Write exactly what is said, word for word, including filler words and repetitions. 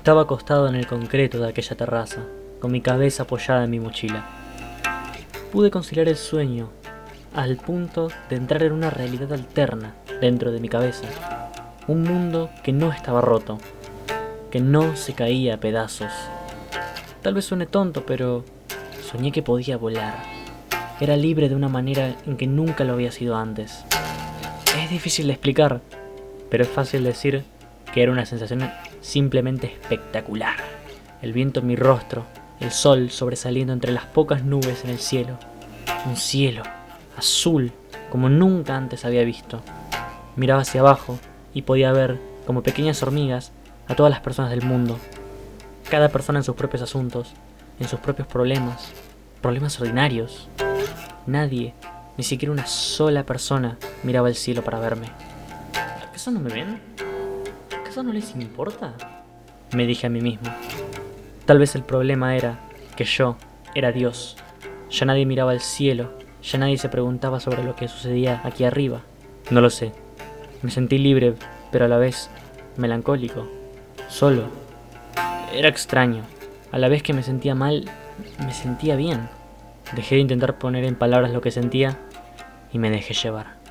Estaba acostado en el concreto de aquella terraza, con mi cabeza apoyada en mi mochila. Pude conciliar el sueño al punto de entrar en una realidad alterna dentro de mi cabeza. Un mundo que no estaba roto, que no se caía a pedazos. Tal vez suene tonto, pero soñé que podía volar. Era libre de una manera en que nunca lo había sido antes. Es difícil de explicar, pero es fácil decir que era una sensación simplemente espectacular. El viento en mi rostro, el sol sobresaliendo entre las pocas nubes en el cielo. Un cielo azul como nunca antes había visto. Miraba hacia abajo y podía ver, como pequeñas hormigas, a todas las personas del mundo. Cada persona en sus propios asuntos, en sus propios problemas, problemas ordinarios. Nadie, ni siquiera una sola persona, miraba el cielo para verme. ¿Acaso no me ven? ¿Acaso no les importa? Me dije a mí mismo. Tal vez el problema era que yo era Dios. Ya nadie miraba al cielo, ya nadie se preguntaba sobre lo que sucedía aquí arriba. No lo sé. Me sentí libre, pero a la vez melancólico, solo. Era extraño. A la vez que me sentía mal, me sentía bien. Dejé de intentar poner en palabras lo que sentía y me dejé llevar.